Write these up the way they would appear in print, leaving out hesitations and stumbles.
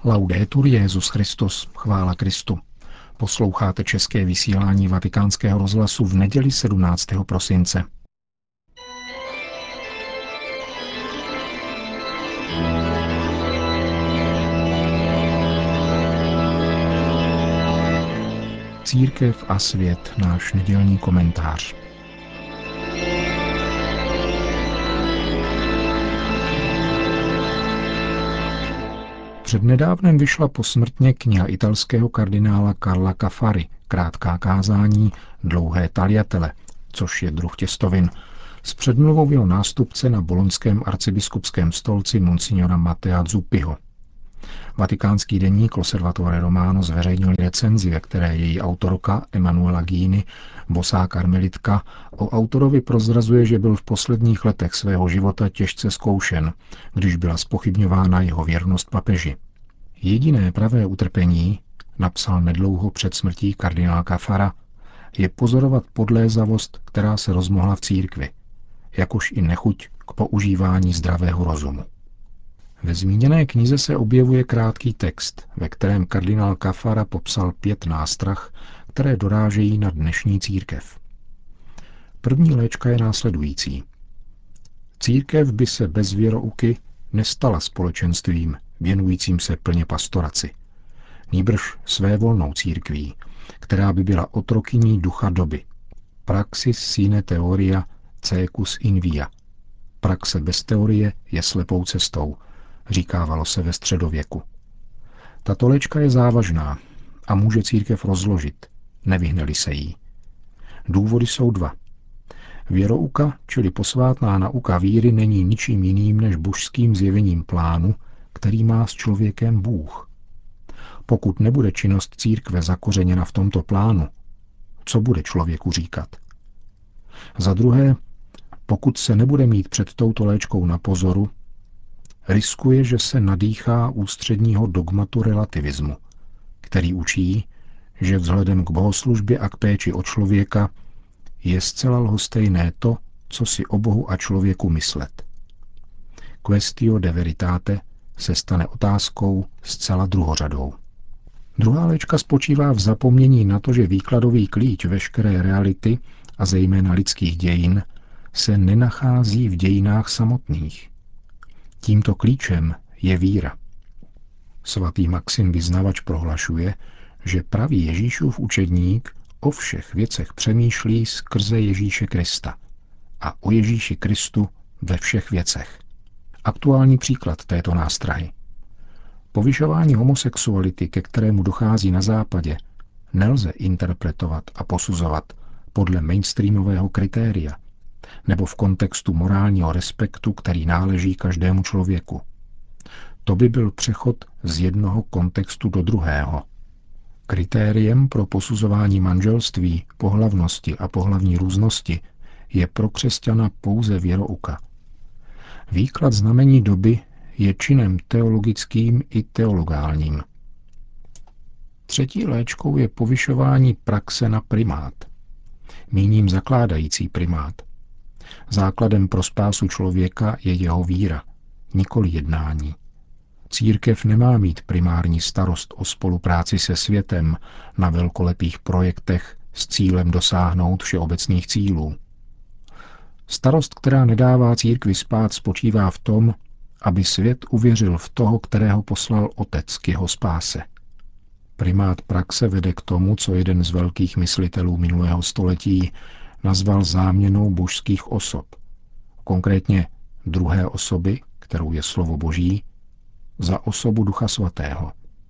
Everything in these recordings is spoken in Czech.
Laudetur Jesus Christus, chvála Kristu. Posloucháte české vysílání Vatikánského rozhlasu v neděli 17. prosince. Církev a svět, náš nedělní komentář. Přednedávnem vyšla posmrtně kniha italského kardinála Carla Caffari, krátká kázání, dlouhé tagliatelle, což je druh těstovin, s předmluvou jeho nástupce na boloňském arcibiskupském stolci monsignora Mattea Zuppiho. Vatikánský deník L'Osservatore Romano zveřejnil recenzi, ve které její autorka Emanuela Ghini, bosá karmelitka, o autorovi prozrazuje, že byl v posledních letech svého života těžce zkoušen, když byla zpochybňována jeho věrnost papeži. Jediné pravé utrpení, napsal nedlouho před smrtí kardinál Caffara, je pozorovat podlézavost, která se rozmohla v církvi, jakož i nechuť k používání zdravého rozumu. Ve zmíněné knize se objevuje krátký text, ve kterém kardinál Caffara popsal 5 nástrah, které dorážejí na dnešní církev. První léčka je následující. Církev by se bez věrouky nestala společenstvím, věnujícím se plně pastoraci. Nýbrž svévolnou církví, která by byla otrokyní ducha doby. Praxis sine theoria caecus in via. Praxe bez teorie je slepou cestou, říkávalo se ve středověku. Tato léčka je závažná a může církev rozložit, nevyhne-li se jí. Důvody jsou 2. Věrouka, čili posvátná nauka víry, není ničím jiným než božským zjevením plánu, který má s člověkem Bůh. Pokud nebude činnost církve zakořeněna v tomto plánu, co bude člověku říkat? Za druhé, pokud se nebude mít před touto léčkou na pozoru, riskuje, že se nadýchá ústředního dogmatu relativismu, který učí, že vzhledem k bohoslužbě a k péči o člověka je zcela lhostejné to, co si o Bohu a člověku myslet. Quaestio de veritate se stane otázkou zcela druhořadou. Druhá léčka spočívá v zapomnění na to, že výkladový klíč veškeré reality a zejména lidských dějin se nenachází v dějinách samotných. Tímto klíčem je víra. Svatý Maxim Vyznavač prohlašuje, že pravý Ježíšův učedník o všech věcech přemýšlí skrze Ježíše Krista a o Ježíši Kristu ve všech věcech. Aktuální příklad této nástrahy. Povyšování homosexuality, ke kterému dochází na západě, nelze interpretovat a posuzovat podle mainstreamového kritéria nebo v kontextu morálního respektu, který náleží každému člověku. To by byl přechod z jednoho kontextu do druhého. Kritériem pro posuzování manželství, pohlavnosti a pohlavní různosti je pro křesťana pouze věrouka. Výklad znamení doby je činem teologickým i teologálním. Třetí léčkou je povyšování praxe na primát. Míním zakládající primát. Základem pro spásu člověka je jeho víra, nikoli jednání. Církev nemá mít primární starost o spolupráci se světem na velkolepých projektech s cílem dosáhnout všeobecných cílů. Starost, která nedává církvi spát, spočívá v tom, aby svět uvěřil v toho, kterého poslal Otec k jeho spáse. Primát praxe vede k tomu, co jeden z velkých myslitelů minulého století nazval záměnou božských osob, konkrétně druhé osoby, kterou je slovo Boží, za osobu Ducha Svatého.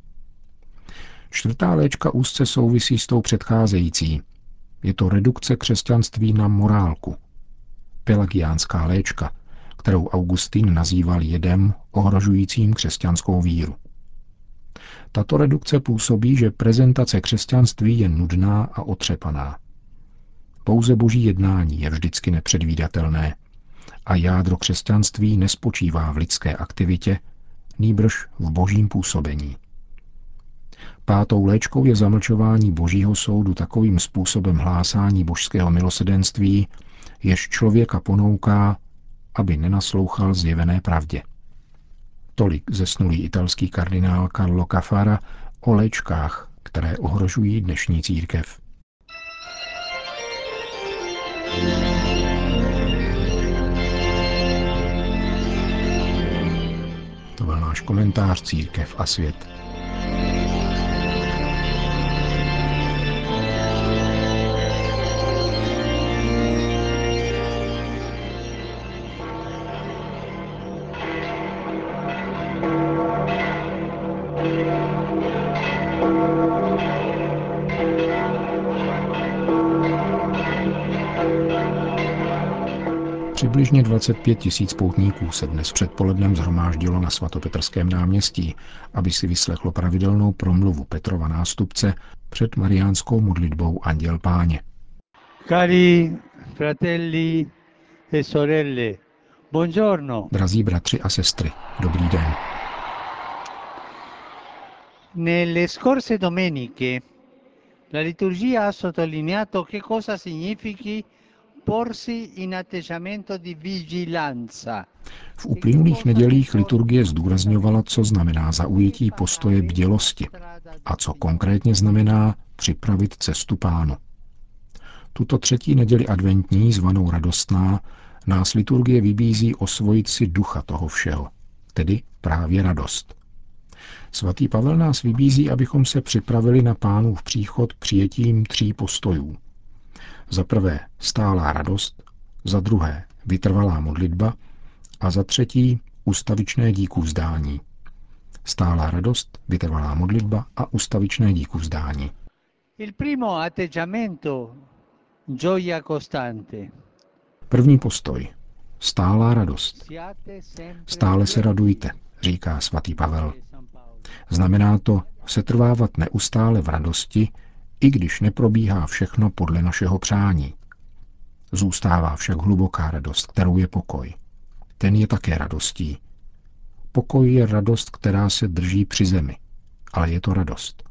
Čtvrtá léčka úzce souvisí s tou předcházející. Je to redukce křesťanství na morálku. Pelagiánská léčka, kterou Augustín nazýval jedem ohrožujícím křesťanskou víru. Tato redukce působí, že prezentace křesťanství je nudná a otřepaná. Pouze boží jednání je vždycky nepředvídatelné a jádro křesťanství nespočívá v lidské aktivitě, nýbrž v božím působení. Pátou léčkou je zamlčování božího soudu takovým způsobem hlásání božského milosrdenství, jež člověka ponouká, aby nenaslouchal zjevené pravdě. Tolik zesnulý italský kardinál Carlo Cafara o léčkách, které ohrožují dnešní církev. To byl náš komentář Církev a svět. Přibližně 25 000 poutníků se dnes předpolednem shromáždilo na svatopetrském náměstí, aby si vyslechlo pravidelnou promluvu Petrova nástupce před mariánskou modlitbou Anděl Páně. Cari fratelli e sorelle, buongiorno. Drazí bratři a sestry, dobrý den. Nelle scorse domeniche la liturgia ha sottolineato che cosa significhi porsi in atteggiamento di vigilanza. V uplynulých nedělích liturgie zdůrazňovala, co znamená zaujetí postoje bdělosti a co konkrétně znamená připravit cestu Pánu. Tuto třetí neděli adventní, zvanou radostná, nás liturgie vybízí osvojit si ducha toho všeho, tedy právě radost. Svatý Pavel nás vybízí, abychom se připravili na Pánův příchod přijetím 3 postojů. Za prvé stálá radost, za druhé vytrvalá modlitba a za třetí ustavičné díkuvzdání. Stálá radost, vytrvalá modlitba a ustavičné díkuvzdání. Il primo atteggiamento, gioia costante. První postoj. Stálá radost. Stále se radujte, říká svatý Pavel. Znamená to setrvávat neustále v radosti, i když neprobíhá všechno podle našeho přání. Zůstává však hluboká radost, kterou je pokoj. Ten je také radostí. Pokoj je radost, která se drží při zemi, ale je to radost.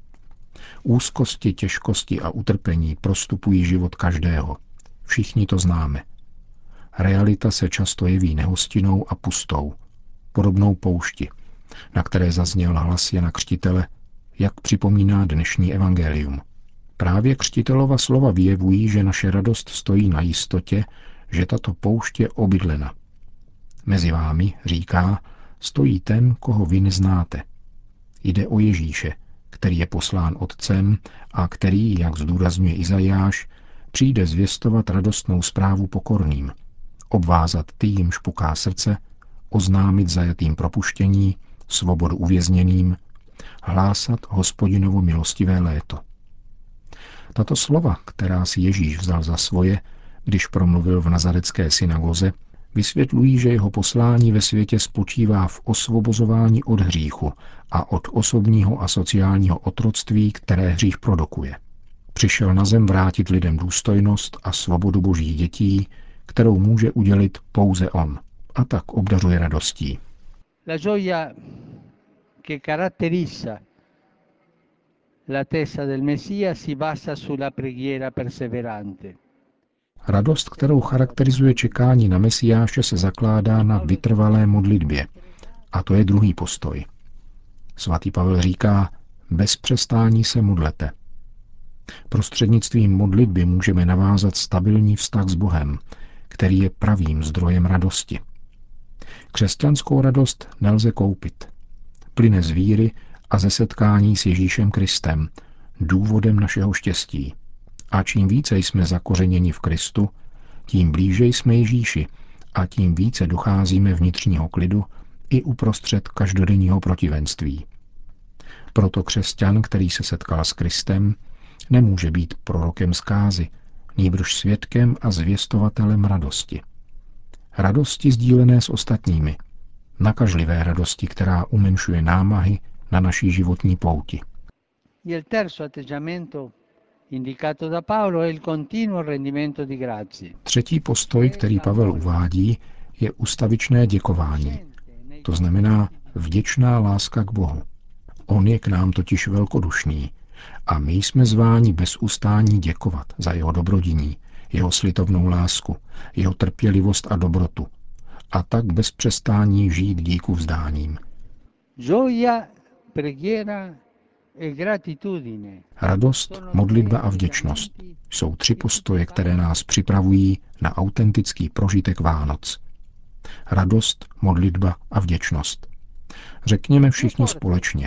Úzkosti, těžkosti a utrpení prostupují život každého. Všichni to známe. Realita se často jeví nehostinnou a pustou, podobnou poušti, na které zazněl hlas Jana Křtitele, jak připomíná dnešní evangelium. Právě Křtitelova slova vyjevují, že naše radost stojí na jistotě, že tato poušť je obydlena. Mezi vámi, říká, stojí ten, koho vy neznáte. Jde o Ježíše, který je poslán Otcem a který, jak zdůrazňuje Izajáš, přijde zvěstovat radostnou zprávu pokorným, obvázat ty, jimž puká srdce, oznámit zajatým propuštění, svobodu uvězněným, hlásat Hospodinovo milostivé léto. Tato slova, která si Ježíš vzal za svoje, když promluvil v nazarecké synagoze, vysvětlují, že jeho poslání ve světě spočívá v osvobozování od hříchu a od osobního a sociálního otroctví, které hřích produkuje. Přišel na zem vrátit lidem důstojnost a svobodu božích dětí, kterou může udělit pouze on, a tak obdařuje radostí. La gioia che caratterizza l'attesa del Messia si basa sulla preghiera perseverante. Radost, kterou charakterizuje čekání na Mesiáše, se zakládá na vytrvalé modlitbě. A to je druhý postoj. Svatý Pavel říká, bez přestání se modlete. Prostřednictvím modlitby můžeme navázat stabilní vztah s Bohem, který je pravým zdrojem radosti. Křesťanskou radost nelze koupit. Plyne z víry a ze setkání s Ježíšem Kristem, důvodem našeho štěstí. A čím více jsme zakořeněni v Kristu, tím blíže jsme Ježíši a tím více docházíme vnitřního klidu i uprostřed každodenního protivenství. Proto křesťan, který se setkal s Kristem, nemůže být prorokem zkázy, nýbrž svědkem a zvěstovatelem radosti. Radosti sdílené s ostatními, nakažlivé radosti, která umenšuje námahy na naší životní pouti. Il terzo atteggiamento indicato da Paolo è il continuo rendimento di grazie. Třetí postoj, který Pavel uvádí, je ustavičné děkování. To znamená vděčná láska k Bohu. On je k nám totiž velkodušný a my jsme zváni bez ustání děkovat za jeho dobrodiní, jeho slitovnou lásku, jeho trpělivost a dobrotu a tak bez přestání žít díkuvzdáním. Gioia, preghiera e gratitudine. Radost, modlitba a vděčnost jsou 3 postoje, které nás připravují na autentický prožitek Vánoc. Radost, modlitba a vděčnost. Řekněme všichni společně.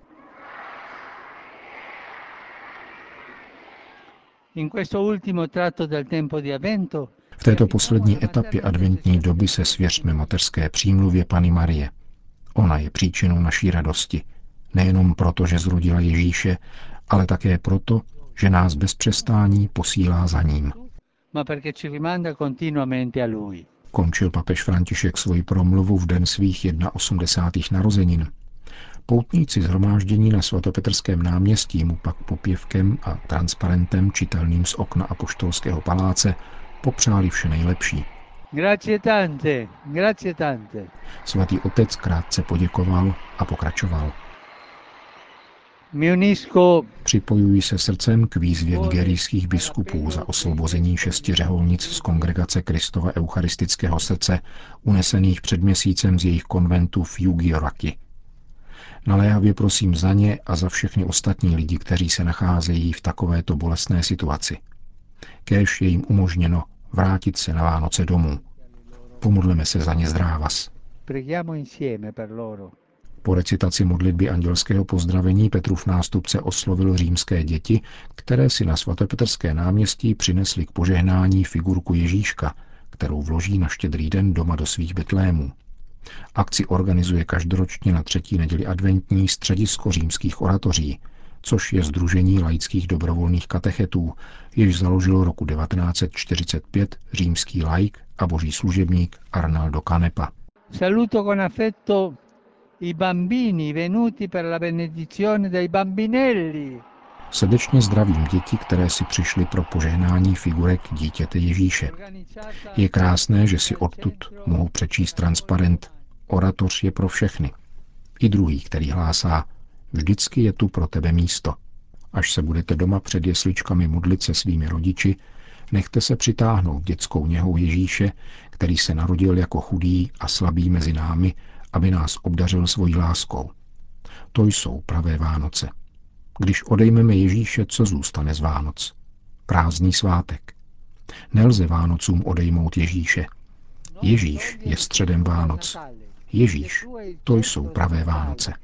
V této poslední etapě adventní doby se svěřme mateřské přímluvě Panny Marie. Ona je příčinou naší radosti. Nejenom proto, že zrodila Ježíše, ale také proto, že nás bez přestání posílá za ním. Končil papež František svoji promluvu v den svých 81. narozenin. Poutníci shromáždění na svatopetrském náměstí mu pak popěvkem a transparentem čitelným z okna apoštolského paláce popřáli vše nejlepší. Grazie tante, grazie tante. Svatý otec krátce poděkoval a pokračoval. Připojují se srdcem k výzvě nigerijských biskupů za osvobození 6 řeholnic z kongregace Kristova eucharistického srdce, unesených před měsícem z jejich konventu v Jugiraki. Naléhavě prosím za ně a za všechny ostatní lidi, kteří se nacházejí v takovéto bolestné situaci. Kéž je jim umožněno vrátit se na Vánoce domů. Pomodleme se za ně zdrávas. Po recitaci modlitby andělského pozdravení Petrův nástupce oslovil římské děti, které si na svatopetrské náměstí přinesly k požehnání figurku Ježíška, kterou vloží na Štědrý den doma do svých betlémů. Akci organizuje každoročně na 3. neděli adventní středisko římských oratoří, což je sdružení laických dobrovolných katechetů, jež založil roku 1945 římský laik a boží služebník Arnaldo Canepa. Saluto con affetto i bambini venuti per la benedizione dei bambinelli. Srdečně zdravím děti, které si přišly pro požehnání figurek dítěte Ježíše. Je krásné, že si odtud mohu přečíst transparent Oratoř je pro všechny. I druhý, který hlásá: vždycky je tu pro tebe místo. Až se budete doma před jesličkami modlit se svými rodiči, nechte se přitáhnout dětskou něhou Ježíše, který se narodil jako chudý a slabý mezi námi, aby nás obdařil svojí láskou. To jsou pravé Vánoce. Když odejmeme Ježíše, co zůstane z Vánoc? Prázdný svátek. Nelze Vánocům odejmout Ježíše. Ježíš je středem Vánoc. Ježíš, to jsou pravé Vánoce.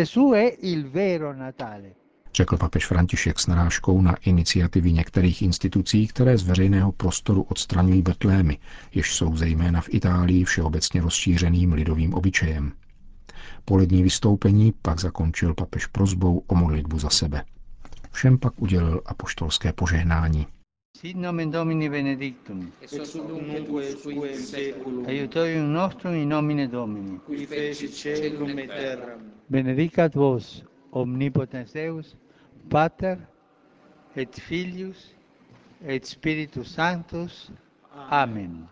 Řekl papež František s narážkou na iniciativy některých institucí, které z veřejného prostoru odstraňují betlémy, jež jsou zejména v Itálii všeobecně rozšířeným lidovým obyčejem. Polední vystoupení pak zakončil papež prosbou o modlitbu za sebe. Všem pak udělil apoštolské požehnání. Sit nomen Domini benedictum. Ex hoc nunc usque in saeculum. Aiutorium nostrum in nomine Domini. Qui feci caelum et terram. Benedicat vos omnipotens Deus, Pater et Filius et Spiritus Sanctus. Amen.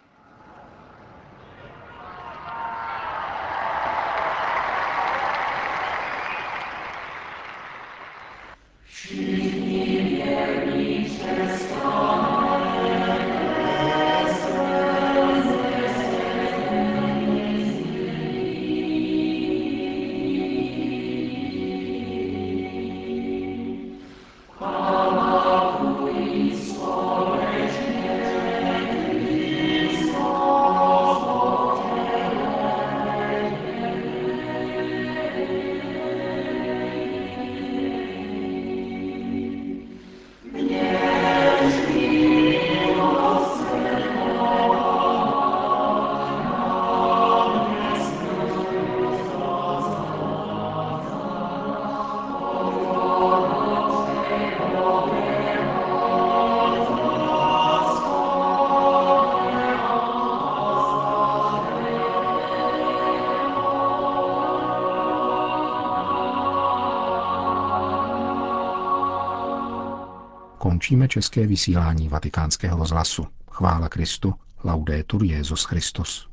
Končíme české vysílání Vatikánského rozhlasu. Chvála Kristu, laudetur Jesus Christus.